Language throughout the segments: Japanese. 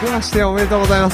けましておめでとうございます。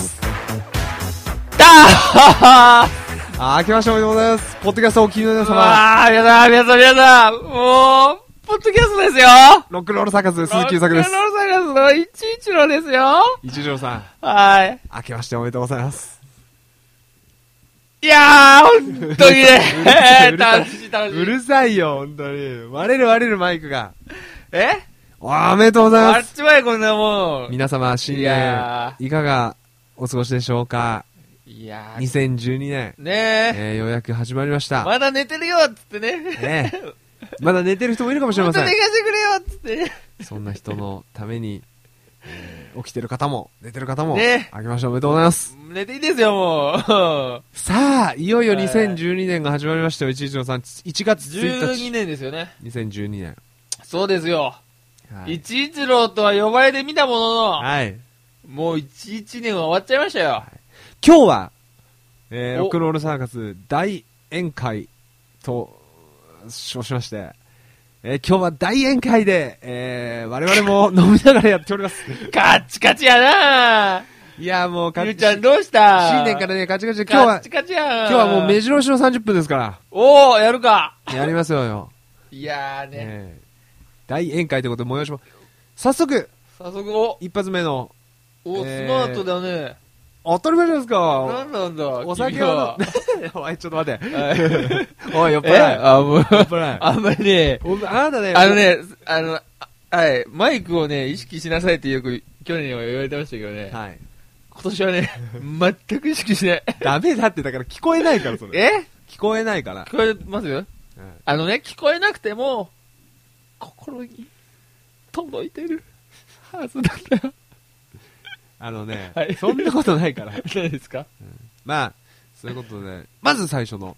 明けましておめでとうございます。ポッドキャストをお聞きの皆様。 皆さん、もう、ポッドキャストですよ。 ロックンロールサーカス鈴木優作です。 ロックンロールサーカスの一郎ですよ。 一郎さん。 はい。 明けましておめでとうございます。 いやー、本当にね。楽しい。 うるさいよ、本当に。割れるマイクが。 おめでとうございます。 割っちまえ、こんなもん。 皆様、新年、いかがお過ごしでしょうか。 いやー、2012年。 ねようやく始まりました。 まだ寝てるよっつってね。 まだ寝てる人もいるかもしれません。 また寝かしてくれよっつって。 そんな人のために、起きてる方も、寝てる方も、 ね。 明けましておめでとうございます。 寝ていいですよ、もう。 さあ、いよいよ2012年が始まりましたよ、一郎さん。1月1日。 12年ですよね。 2012年。 そうですよ。 はい、 一郎とは呼ばれてみたものの、 はい。 もう11年が終わっちゃいましたよ。はい、 今日は、ロックンロールサーカス大宴会と称しまして、今日は大宴会で、我々も飲みながらやっております。 カッチカチやな。 いやもうゆうちゃんどうした？ 新年からね、カチカチで今日は、 カッチカチやん。 今日はもう目白押しの30分ですから。 おー、やるか。 やりますよ。 いやーね。 大宴会ということで催します。早速、一発目の、 スマートだね。 当たり前じゃないですか。 なんだ。 お酒は。おい、ちょっと待って。おい、酔っ払い。 酔っ払い。 あんまりね。 あなたね。 はい、マイクをね、意識しなさいってよく去年は言われてましたけどね。 はい。 今年はね、全く意識しない。 ダメだって、だから聞こえないから、それ。聞こえないから。 聞こえますよ。聞こえなくても、心に届いてるはずなんだよ。 はい、そんなことないから。 何ですか？ まあ、そういうことで、まず最初の、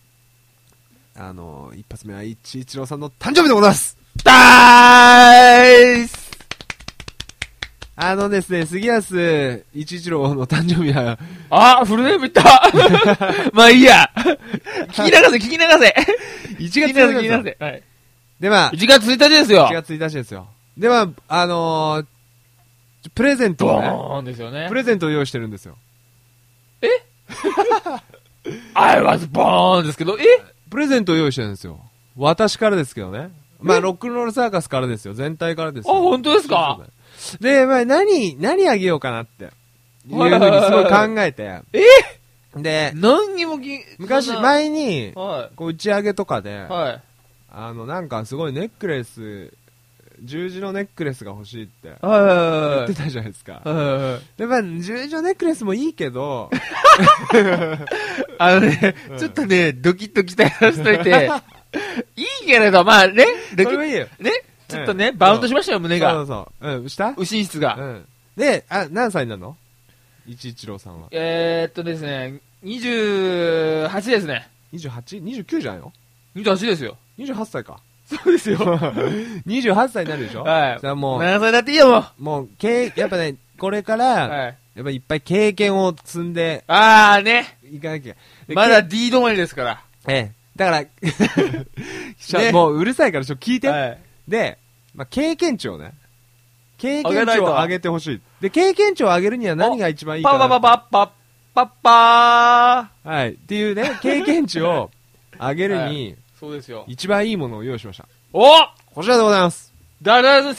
一発目は一郎さんの誕生日でございます。ですね、杉安一郎の誕生日は、 フルネーム言ったまあいいや聞き流せ 1月1日。 はい。 で、まあ、 1月1日ですよ。 1月1日ですよ。で、まあ、プレゼントをね、 ですよね。 プレゼントを用意してるんですよ。 I was born ですけど、 プレゼントを用意してるんですよ。私からですけどね。まあ、ロックンロールサーカスからですよ。全体からですよ。 本当ですか？ で、まあ、何あげようかなって。いうふうにすごい考えて。で、 何にも前に、こう打ち上げとかで、 はい、 なんかすごいネックレス、十字のネックレスが欲しいって言ってたじゃないですか。で、まあ、十字のネックレスもいいけど、 ちょっとね、ドキッと期待させといて、いいけれど、まあね、 それもいいよ。 ね、ちょっとね、バウンドしましたよ、胸が。 そう。した右心室が。 で、何歳なの？一郎さんは。 ですね、28ですね。 28?29 じゃないの？ 28ですよ。 28歳か。 そうですよ。 28歳になるでしょ？ はい。 じゃあもう。 何歳だっていいよ、もう。 もう、やっぱね、これから、やっぱいっぱい経験を積んで。 ね。 いかなきゃ。 まだ D 止まりですから。 だから、もううるさいから聞いて。で、まあ、経験値をね。経験値を上げてほしい。で、経験値を上げるには何が一番いいかな。 パッパー。はい。っていうね、経験値を上げるに、 そうですよ。 一番いいものを用意しました。 こちらでございます。 だです。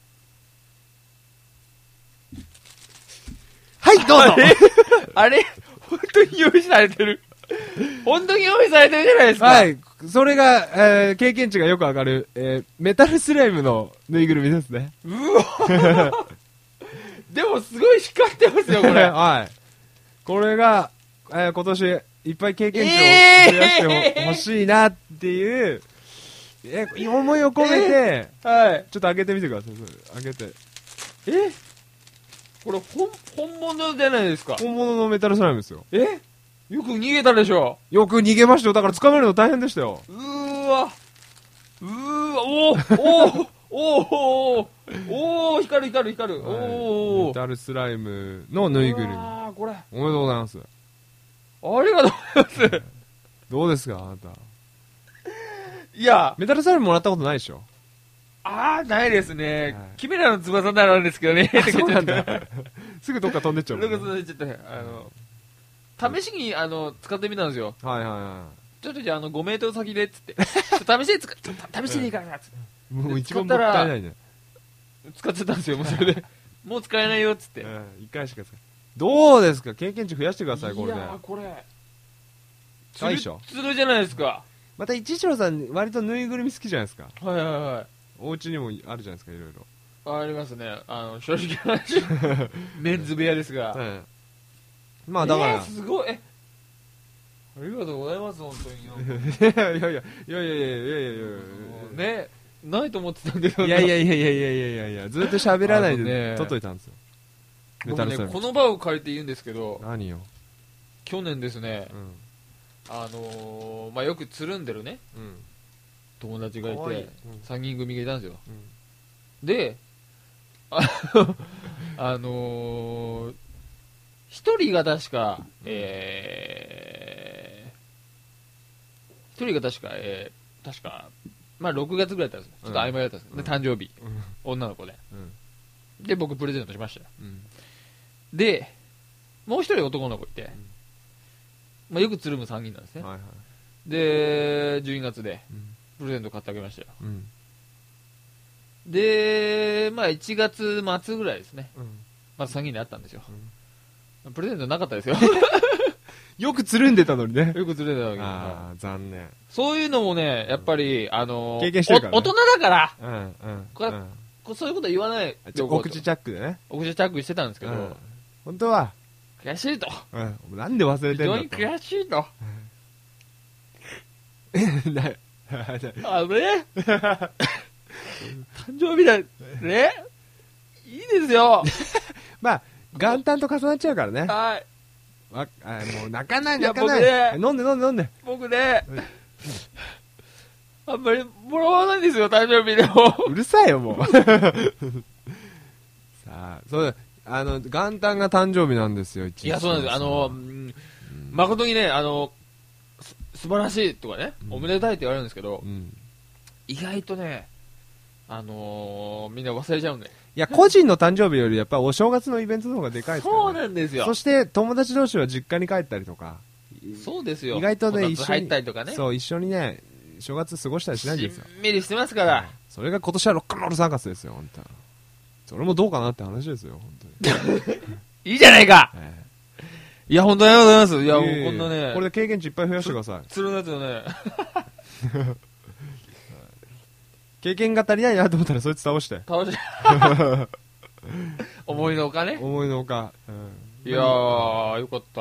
はい、どうぞ。 あれ本当に用意されてる。本当に用意されてるじゃないですか。 はい。それが、経験値がよく上がる、メタルスライムのぬいぐるみですね。 でもすごい光ってますよ、これ。 はい。これが、今年、いっぱい経験値を増やしてほしいなっていう、思いを込めて、ちょっと開けてみてください。開けて。 これ本物じゃないですか。 本物のメタルスライムですよ。 よく逃げたでしょ。 よく逃げましたよ。だから捕まえるの大変でしたよ。 光る。 メタルスライムのぬいぐるみ。 これ。 おめでとうございます。 ありがとうございます。 どうですか、あなた。 いや、 メタルスライムもらったことないでしょ？ ないですね。キメラの翼ならあるんですけどね。 そうなんだ。 すぐどっか飛んでっちゃうもん、ね。 なんかそうちょっとね、試しに、使ってみたんですよ。 はいはいはちょっとじゃあ、5メートル先で、つって。試しに試しにいいからな、つって。 い。もう一番もったいないね。 使ってたんですよ、もうそれで。もう使えないよ、つって。 一回しか使え。どうですか、経験値増やしてください、これで。 いやー、これ。 最初。 つるじゃないですか。 また一郎さん、割とぬいぐるみ好きじゃないですか。 はいはいはい。 お家にもあるじゃないですか、いろいろ。 ありますね。正直な話、メンズ部屋ですが。 まあだから。 すごい。ありがとうございます、本当に。 いやいやいやいやいやいやいやいやね、ないと思ってたんだけど。 いやいやいやいやいやいやいや、ずっと喋らないで撮っといたんですよ。 僕ね、この場を借りて言うんですけど、 何よ。 去年ですね、まあ、よくつるんでるね、友達がいて、3人組がいたんですよ。で、一人が確か、確か、まあ6月ぐらいだったんですよ。ちょっと曖昧だったんですけど、で誕生日、女の子で。で、僕プレゼントしましたよ。で、もう一人男の子いて、まあよくつるむ3人なんですね。で、12月で、プレゼント買ってあげましたよ。で、まあ1月末ぐらいですね。まず3人で会ったんですよ。プレゼントなかったですよ。 よくつるんでたのにね。 よくつるんでたのに。 ああ、残念。 そういうのもね、やっぱり、 経験してるから、ね。 大人だから、そういうこと言わない。 お口チャックでね。 お口チャックしてたんですけど、 本当は、 悔しいと。 なんで忘れてんのと。 非常に悔しいと。あれ誕生日だ、ねいいですよ。 まあ、元旦と重なっちゃうからね。 はい。 もう泣かない。飲んで。 僕ね、あんまりもらわないんですよ、誕生日でも。 うるさいよ、もう。さあ、そうだ、元旦が誕生日なんですよ、 いや、そうなんです。誠にね、素晴らしいとかね、おめでたいって言われるんですけど、意外とね、みんな忘れちゃうんで。 いや、個人の誕生日よりやっぱお正月のイベントの方がでかいですから、ね。 そうなんですよ。 そして友達同士は実家に帰ったりとか。 そうですよ。 意外とね、 一緒に入ったりとかね。 そう、一緒にね、正月過ごしたりしないんですよ。 しんみりしてますから。 それが今年はロックンロールサーカスですよ、本当。それもどうかなって話ですよ、本当に。 いいじゃないか、いや、本当にありがとうございます。いや、もうこんなね。 これで経験値いっぱい増やしてください。 つるのやつよね。 経験が足りないなと思ったらそいつ倒して。 思いのほかね。 思いのほか。 いやー、よかった。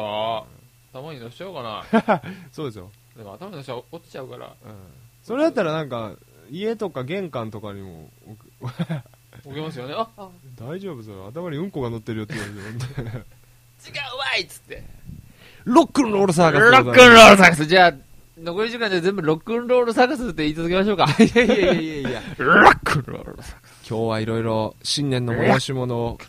頭に出しちゃおうかな。 そうですよ。 でも頭に出したら落ちちゃうから。 それだったらなんか、家とか玄関とかにも置けますよね。 大丈夫それ。頭にうんこが乗ってるよって言われて。 違うわいっつって。 ロックンロールサーカス。 ロックンロールサーカス。じゃあ、残り時間で全部ロックンロールサーカスって言い続けましょうか。 いや。 ロックンロールサーカス。 今日はいろいろ新年の催し物を。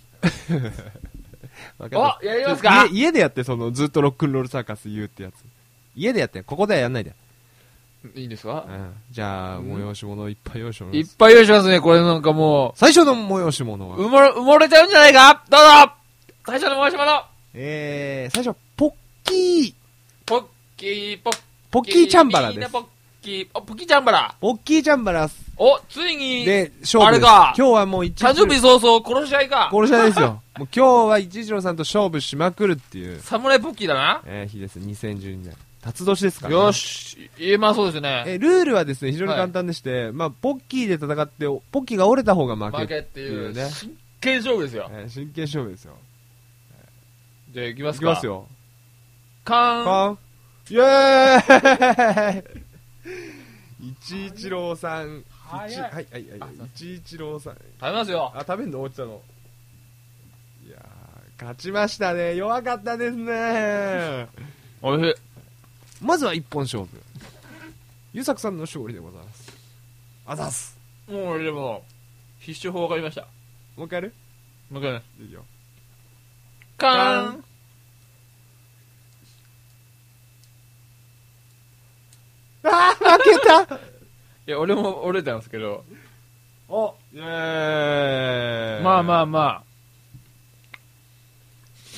やりますか？ 家でやって、ずっとロックンロールサーカス言うってやつ。家でやって、ここではやんないで。 いいんですか？ じゃあ、催し物いっぱい用意します。 いっぱい用意しますね、これなんかもう。 最初の催し物は。 埋もれちゃうんじゃないか？どうぞ！最初の催し物！ 最初、ポッキーチャンバラです。 ポッキーチャンバラ。 ポッキーチャンバラ。 ついに、 で、勝負。 あれか。 今日はもう誕生日早々殺し合いか。 殺し合いですよ。もう今日は一郎さんと勝負しまくるっていう。 侍ポッキーだな。 日です。2012年。辰年ですから、ね。 よし。まあそうですね。 ルールはですね、非常に簡単でして、まあ、ポッキーで戦って、ポッキーが折れた方が負けっていうね。 真剣勝負ですよ。 真剣勝負ですよ。 じゃあ行きますか。 行きますよ。 カーン。 イェーイ一一郎さん。はい。一一郎さん。 食べますよ。 食べんの落ちたの。いやー、勝ちましたね。弱かったですね。 おいしい。 まずは一本勝負。ゆさくさんの勝利でございます。あざっす。 もうでも、必勝法わかりました。 もう一回やる？ もう一回ね。 いいよ。 カーン。 負けた。 いや、俺も折れたんですけど。 イェーイ。 まあ。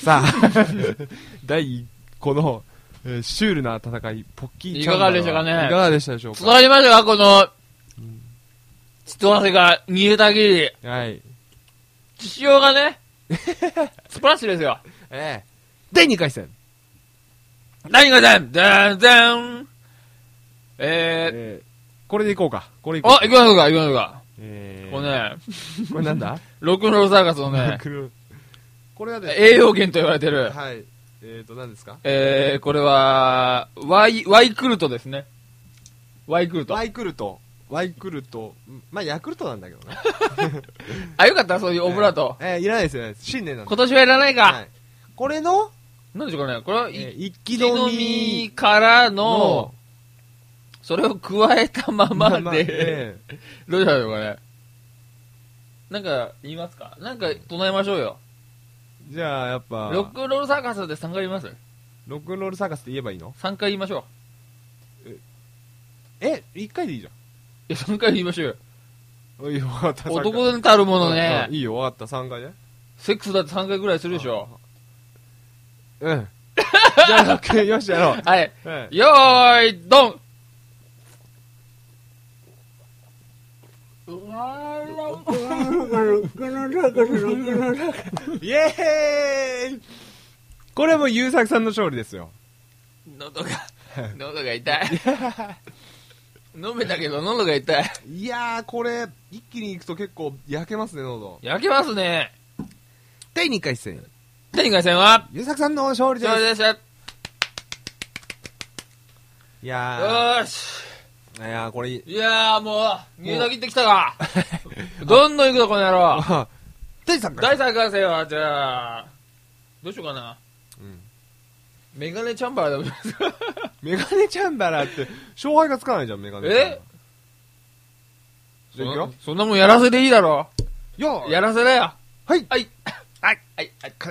さあ、この、シュールな戦い、ポッキーチャンバラ。 いかがでしたかね。 いかがでしたでしょうか。 伝わりましたかこの、血と汗が煮えたぎり。 はい。 血潮がね、スプラッシュですよ。 第2回戦。 何がだんだんだんこれでいこうか。 行きましょうか。これね、 これなんだロックンロールサーカスのね、 これはね、 栄養源と言われてる。 はい。何ですかこれは、ワイクルトですね。ワイクルト。 まあ、ヤクルトなんだけどね。 あ、よかった、そういうオブラート。 いらないですよ。新年なんで。 今年はいらないか。 はい、これの、 なんでしょうかね。これは、 一気飲みからの、それを加えたままで、どうしたのかね。なんか、言いますか？なんか、唱えましょうよ。 じゃあ、やっぱ。 ロックンロールサーカスで3回言います？ ロックンロールサーカスって言えばいいの？ 3 回言いましょう。1回でいいじゃん。 いや、3回言いましょうよ。 いいよ、わかった。 男たるものね。 いいよ、わかった。3回ね。 セックスだって3回ぐらいするでしょ。 うん。じゃあ、6回よしやろう。 はい。よーい、ドンイエーイこれも優作さんの勝利ですよ。 喉が痛い。飲めたけど喉が痛い。 いやー、これ、一気にいくと結構焼けますね、喉。 焼けますね。 第2回戦。 第2回戦は優作さんの勝利です。 勝利でした。 いやー。 よーし。 いやー、これいやー、もう、逃げたぎってきたか。どんどん行くぞ、この野郎。 第3 回戦は、じゃあ、どうしようかな。メガネチャンバラでもいいですか？ メガネチャンバラって、勝敗がつかないじゃん、メガネチャンバラ。じゃあいくよ。 そんなもんやらせでいいだろ。 よやらせだよ。 はい。 はい。 はい。 はい。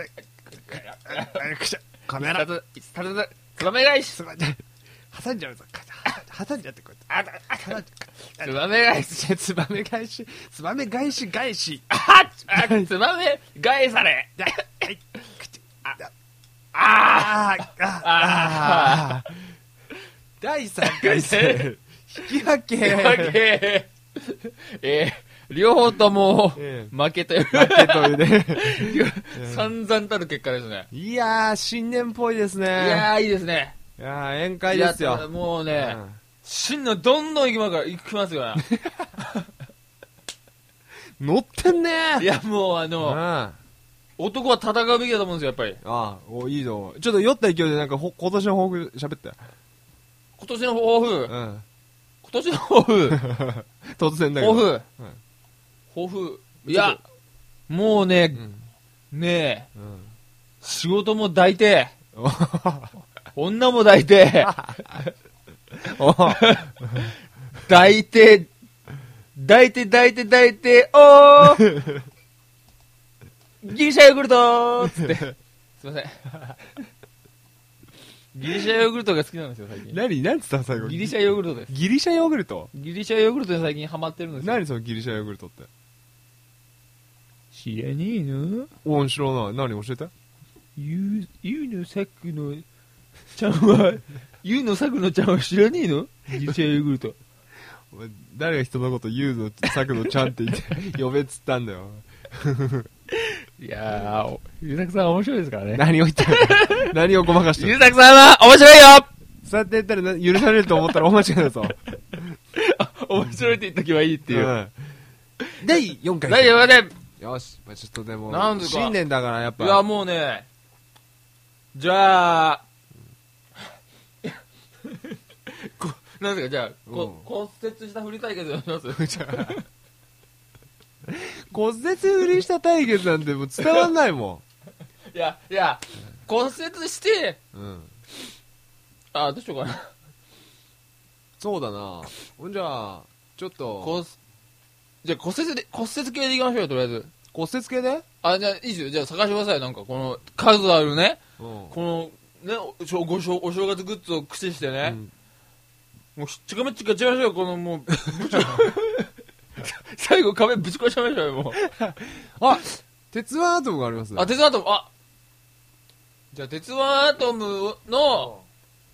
カメラ。 つばめ返し。 挟んじゃうぞ。挟んじゃってこうやって。つばめ返し。 つばめ返し。つばめ返し返し。 つばめ返され。 第3回戦。引き分け。 両方とも負けというね。 散々たる結果ですね。 いやー、新年っぽいですね。いやー、いいですね。 いやー、宴会ですよ。 もうね、新年どんどん行きますよね。 乗ってんねいや、もう男は戦うべきだと思うんですよ、やっぱり。 いいぞ。ちょっと酔った勢いでなんか今年の抱負喋って。 今年の抱負今年の抱負突然だけど。 抱負いや、もうね、仕事も抱いて、女も抱いて、抱いて、おーギリシャヨーグルトーつって。すいません。ギリシャヨーグルトが好きなんですよ、最近。 何つった最後。 ギリシャヨーグルトです。 ギリシャヨーグルトギリシャヨーグルトに最近ハマってるんですよ。 何そのギリシャヨーグルトって。 知らねえの？ 知らない。何教えて。 ゆうのさくのちゃんは、ゆうのさくのちゃんは知らねえの？ギリシャヨーグルト。 誰が人のことゆうのさくのちゃんって言って呼べっつったんだよ。 いやー、ゆうさくさん面白いですからね。 何を言ってる何をごまかしてる。 ゆうさくさんは面白いよ。 そうやって言ったら許されると思ったら大間違いだぞ。 面白いって言っとけばいいっていう。 第4回。 第4回。 よし、ちょっとでも、 新年だからやっぱ。 いや、もうね、じゃあ、なんですか、じゃあ、骨折したふり対決をします骨折ふりした対決なんてもう伝わんないもん。いや、骨折して、どうしようかな。 そうだな。ほんじゃあ、ちょっと。 じゃあ骨折系でいきましょうよ、とりあえず。 骨折系で？ じゃあいいですよ。じゃあ探してください。なんかこの数あるね、このね、お正月グッズを駆使してね、もうしっちゃかめっちゃかちゃいましょうよ、このもう。最後壁ぶち壊しちゃいましょうよ、もう。 鉄腕アトムがありますね。 鉄腕アトム、 じゃあ、鉄腕アトムの、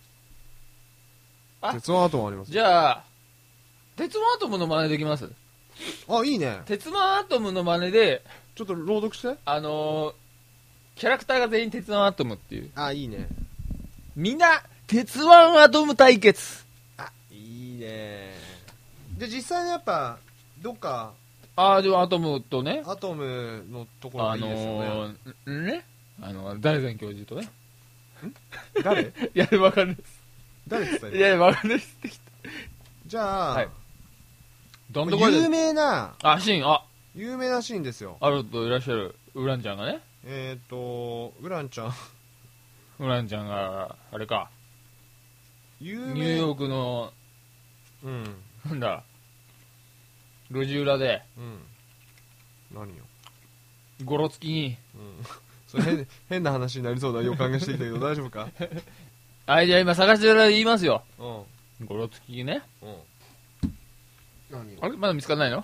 あ鉄腕アトムあります。 じゃあ、鉄腕アトムの真似できます？ あ、いいね。 鉄腕アトムの真似で、 ちょっと朗読して。 キャラクターが全員鉄腕アトムっていう。 あ、いいね。 みんな、鉄腕アトム対決。 あ、いいね。で、実際にやっぱ、どっか、 でもアトムとね、 アトムのところがいいですよね。 大然教授とね。 誰いや、わかんないです。 誰って言ったいや、わかんないです。 じゃあ、 はいどん有名なシーン、 有名なシーンですよ。 あるといらっしゃる、ウランちゃんがね。 ウランちゃん。 ウランちゃんが、あれか、ニ有名。 ューヨークの、なんだ、路地裏で、 何よ。 ゴロつきに、 それ変な話になりそうな予感がしてきたけど、大丈夫か？ じゃあ今探してる間言いますよ。ゴロつきね。 何よ。 あれまだ見つかんないの？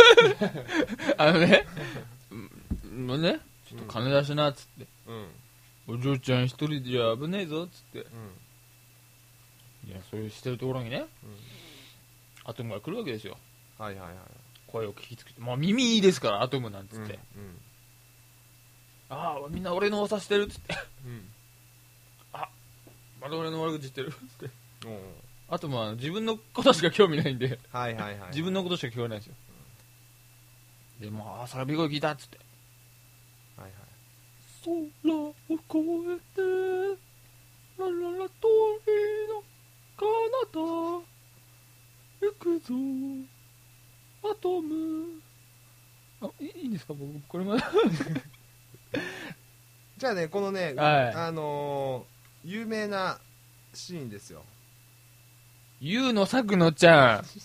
もうね、ちょっと金出しな、つって。お嬢ちゃん一人じゃ危ねえぞ、つって。いや、そういうしてるところにね、アトムが来るわけですよ。 はいはいはい。 声を聞きつけて、耳いいですから、アトムなんつって。みんな俺の噂してる、つって。まだ俺の悪口言ってる、つって。アトムは自分のことしか興味ないんで、自分のことしか聞こえないんですよ。で、叫び声聞いたっつって。空を越えて、ラララ鳥の彼方、行くぞ、アトム。いいんですか僕、これまで。 じゃあね、このね、有名なシーンですよ。 ゆうのさくのちゃん、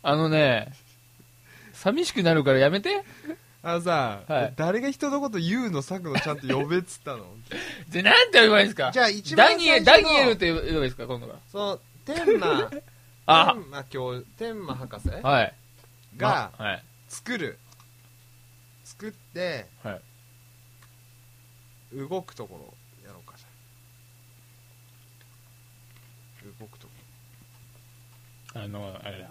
寂しくなるからやめて。 誰が人のこと言うのさくのちゃんと呼べっつったの？ じゃあなんて呼べばいいんですか？ じゃあ一番最初のダニエルって呼べばいいですか今度は。 その天馬博士が作って動くところやろうか。じゃあ動くところ、 あれだ、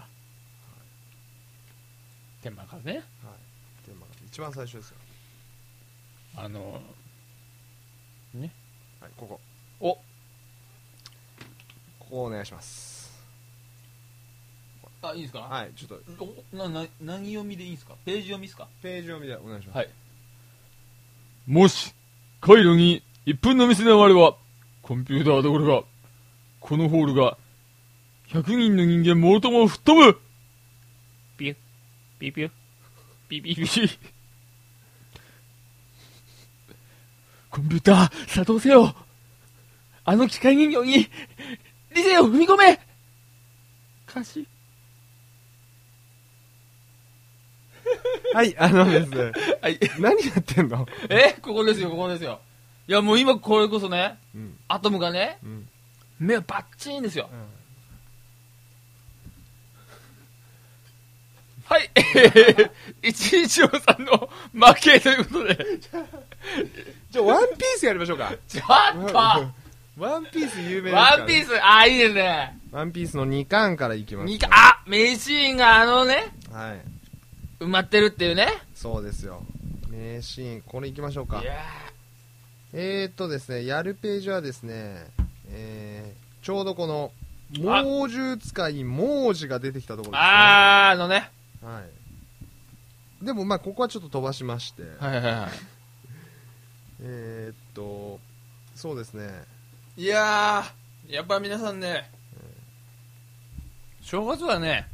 天馬博士ね。 天馬一番最初ですよ。 ね、 ここお願いします。 いいですか？ はい、ちょっと何読みでいいですか？ページ読みですか？ ページ読みでお願いします。 はい。もし回路に1分のミスであれば、コンピューターどころかこのホールが100人の人間もろとも吹っ飛ぶ。ピュッピュピュッピピピピ。コンピューター作動せよ。あの機械人形に理性を踏み込め。歌詞。 はい、ですね。 はい。 何やってんの？ ここですよ、ここですよ。いや、もう今これこそね、アトムがね、目はバッチーンですよ。はい、一一郎さんの負けということで。 じゃあ、ワンピースやりましょうか。 ちょっとワンピース有名ですからね。 ワンピース、いいですね。 ワンピースの2巻からいきます、ね。 名シーンがはい。 埋まってるっていうね。 そうですよ。名シーン、これいきましょうか。ですね、やるページはですね、ちょうどこの、猛獣使い、猛獣が出てきたところですね。はい。でも、ここはちょっと飛ばしまして。そうですね。 いやー、やっぱ皆さんね、正月はね、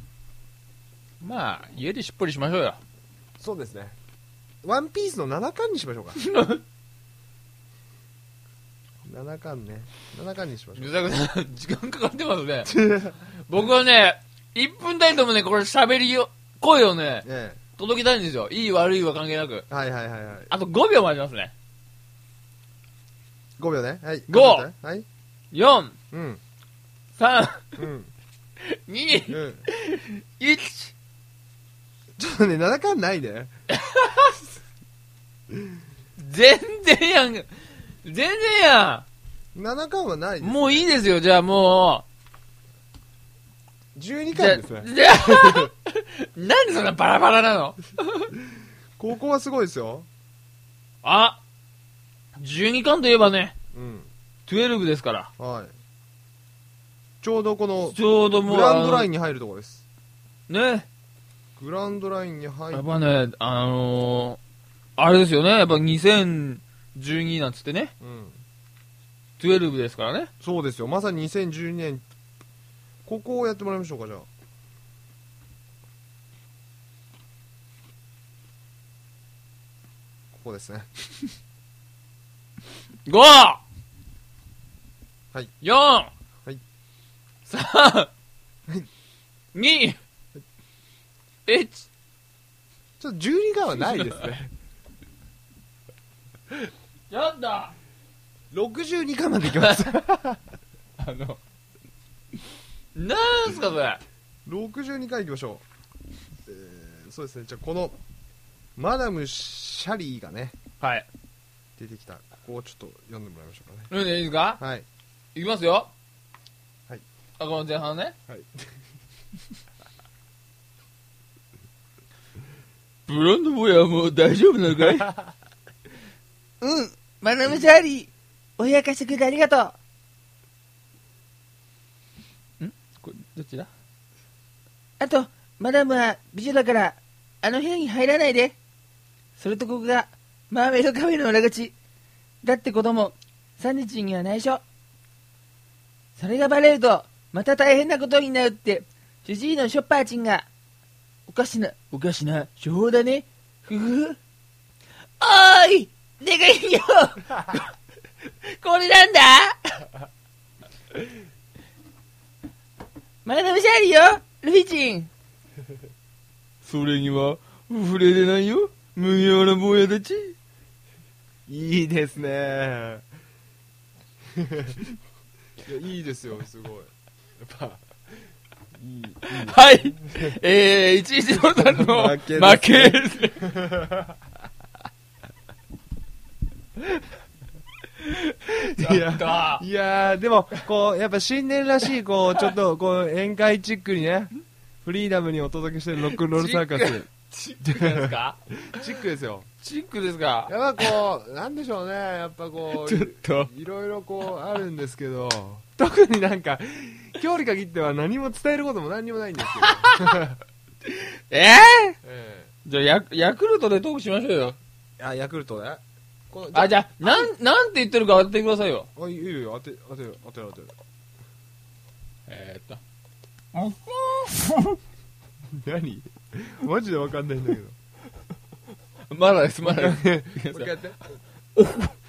家でしっぽりしましょうよ。 そうですね。ワンピースの7巻にしましょうか。7巻ね。7巻にしましょう。 時間かかってますね。僕はね、1分単位でもね、これ喋りよ、声をね、届けたいんですよ。いい悪いは関係なく。あと5秒もありますね。 5秒ね。はい。 5、 はい、 4、3、 2、 1。 ちょっとね、7巻ないで。 全然やん。 全然や 7巻はないです。 もういいですよ、じゃあも 12 う。 巻ですね。 じゃあ、なんでそんなバラバラなの？ ここはすごいですよ。 あ、12巻といえばね、 うん。 12ですから。 はい。ちょうどこの、 ちょうどもう、 グランドラインに入るところです。 ね。 グランドラインに入る。 やっぱね、あれですよね、やっぱ2012なんつってね、 うん。 12ですからね。 そうですよ。まさに2012年。ここをやってもらいましょうか、じゃあ。ここですね。 5! はい。 4! はい。 3! はい。 2! 1! ちょっと12巻はないですね。 やった 62巻までいきます。 なんすかそれ。 62巻いきましょう。そうですね。じゃあこのマダムシャリーがね、 はい。 出てきた。ここをちょっと読んでもらいましょうかね。 いいですか？ はい。 いきますよ。 はい。 あ、この前半ね。 はい。 ブロンドボーイはもう大丈夫なのかい？うん、マダムシャーリー、お冷やかしてくれてありがとう。これ、どっちだ？あと、マダムは美女だから、あの部屋に入らないで。それとここが、マーメイドカフェの裏口。だってことも、サンディチンには内緒。それがバレると、また大変なことになるって、主治医のショッパーチンが、おかしな処方だね。ふふ。おーいでかいよこれなんだマダムシャーリーよルフィチン。それには、触れれないよ。麦わら坊やたち。 いいですね。いや、いいですよ、すごい。やっぱ、いい。 はい。1-1のさんの負けですね。 いやー、でも、こう、やっぱ新年らしい、こう、ちょっと、こう、宴会チックにね、フリーダムにお届けしてるロックンロールサーカス。 チックですか？ チックですよ。 チックですか？ やっぱこう、なんでしょうね、やっぱこう、 ちょっといろいろこう、あるんですけど、特になんか、今日に限っては何も伝えることも何にもないんですけど。 じゃあヤクルトでトークしましょうよ。 あ、ヤクルトね。 あ、じゃあ、なんて言ってるか当ててくださいよ。 あ、いいよ、当てる。何マジでわかんないんだけど。 まだです。もう一回やって。う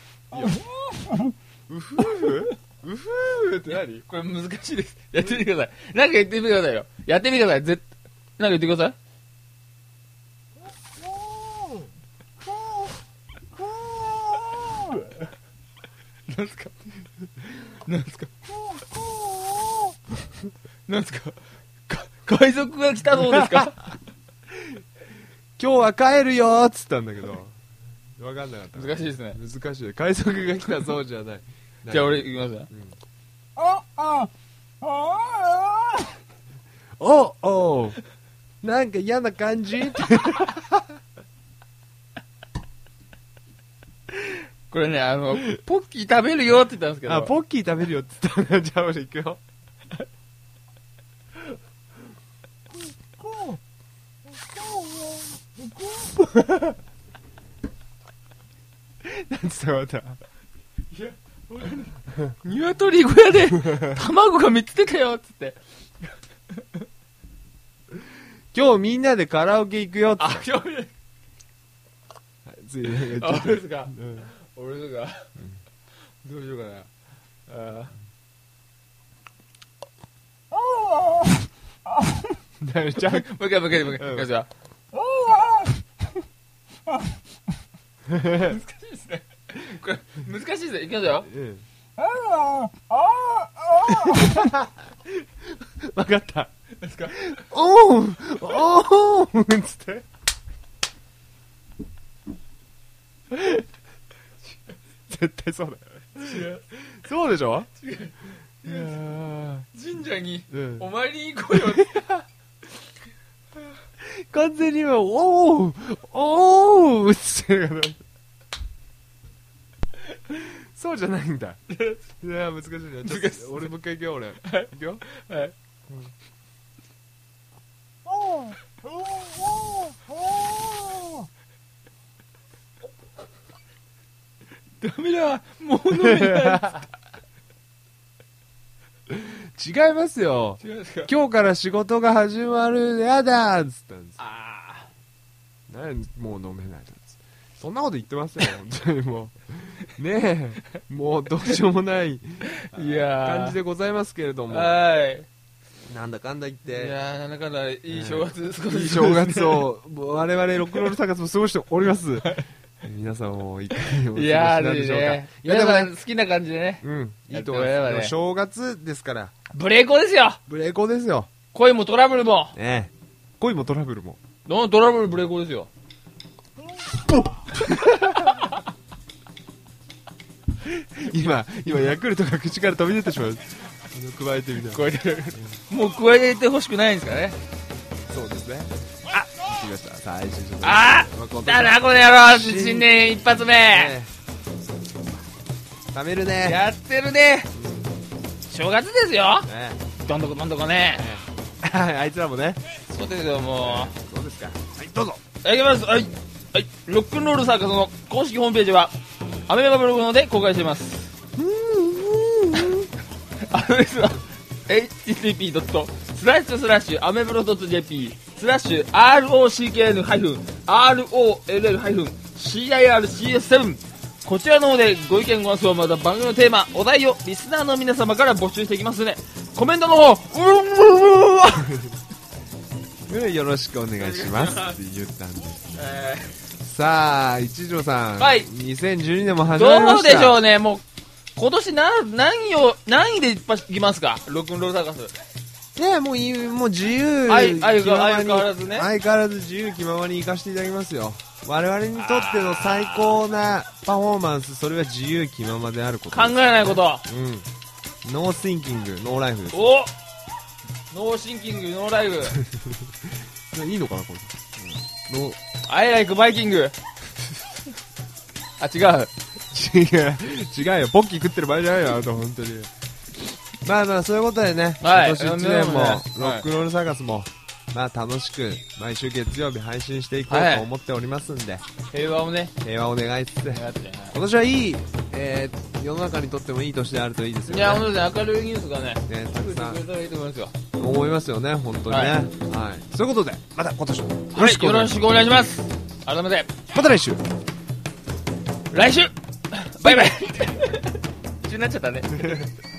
ふーって何？ これ難しいです。やってみてください。なんか言ってみてくださいよ。やってみてください。なんか言ってください。なんすか海賊が来たそうですか？ 今日は帰るよーっつったんだけど、わかんなかった。 難しいですね。 難しい。海賊が来たそうじゃない。 じゃあ俺行きますよ。 おなんか嫌な感じこれね、ポッキー食べるよって言ったんですけど。 あ、ポッキー食べるよって言ったら、じゃあ俺行くよ。なんつったまた。 鶏小屋で卵が3つ出たよっつって。 今日みんなでカラオケ行くよって。 あ、今日つい俺ですか。俺ですか。どうしようかな。 じゃあもう一回。いきますよ。難しいですね。これ難しいですね。いきますよ。 わかった。 何ですか？ おーつって。 絶対そうだよ。 違う。 そうでしょ。 違う。 いやー神社にうんお参りに行こうよって。 完全に今、おーおーって言ってるからそうじゃないんだ。いや、難しいね。ちょっ難しいと俺もう一回行くよ、俺。行くよ。 はい。ダメだ、もう飲めない。 違いますよ。 違うんですか。 今日から仕事が始まる、やだーっつったんです。 あもう飲めないんです。そんなこと言ってますよ、本当にもう。ねえ、もうどうしようもないいやー感じでございますけれどー。 も。 はい。 なんだかんだ言っいて、 やー、なんだかんだいい正月過ごしていい正月を、我々ロックンロールサーカスも過ごしております。皆さんもいかにお過ごしいやなんでしょうか。 ー、ね、 いやで皆もね、 さん好きな感じでね。 うん、いいと思います。 やってもらえばねでも正月ですから、 ブレイコですよ。 ブレイコですよ。 恋もトラブルも。 ねえ。恋もトラブルも。 トラブルブレイコですよ。 今、ヤクルトが口から飛び出てしまう。加えてみたいな。 加えてもう加えてほしくないんですかね。 そうですね。あ、来ました。最新情報。 あーだな、この野郎。新年一発目。 食べるね。 やってるね。正月ですよ。 ねどんどこね。 あいつらもね。 そうですよ、もそうですか。はい、どうぞ。 う。いきます。はい。はい。ロックンロールサーカスの公式ホームページは、アメメガブログので公開しています。アドレスは、http://amebrotjp/ROCKN-ROLL-CIRCS7 こちらの方でご意見ご感想また番組のテーマお題をリスナーの皆様から募集していきますのでコメントの方よろしくお願いしますって言ったんです。さあ、一条さん。 はい 2012年も始まりまどうした。 でしょうねもう今年何位でいきますかロックンロールサーカスねもう自由相気ままに変わらずね相変わらず自由気ままに行かせていただきますよ。我々にとっての最高なパフォーマンス、それは自由気ままであること考えないことうんノーシンキングノーライフです。 おノーシンキングノーライフいいのかなこれ、ノー I like バイキングあ違う違うよポッキー食ってる場合じゃないよあなた本当に。まあそういうことでね、 はい今年1年もはいロックンロールサーカスもまあ楽しく毎週月曜日配信していこうと思っておりますんで、 平和をね平和を願いつつやって今年はいい、世の中にとってもいい年であるといいですよね。 いや本当に明るいニュースがねねたくさん作ってくれたらいいと思いますよ思いますよね本当にね。 はいはい。そういうことでまた今年もよろはいしくお願いします。 よろしくお願いします改めてまた来週。 来週バイバイ一緒になっちゃったね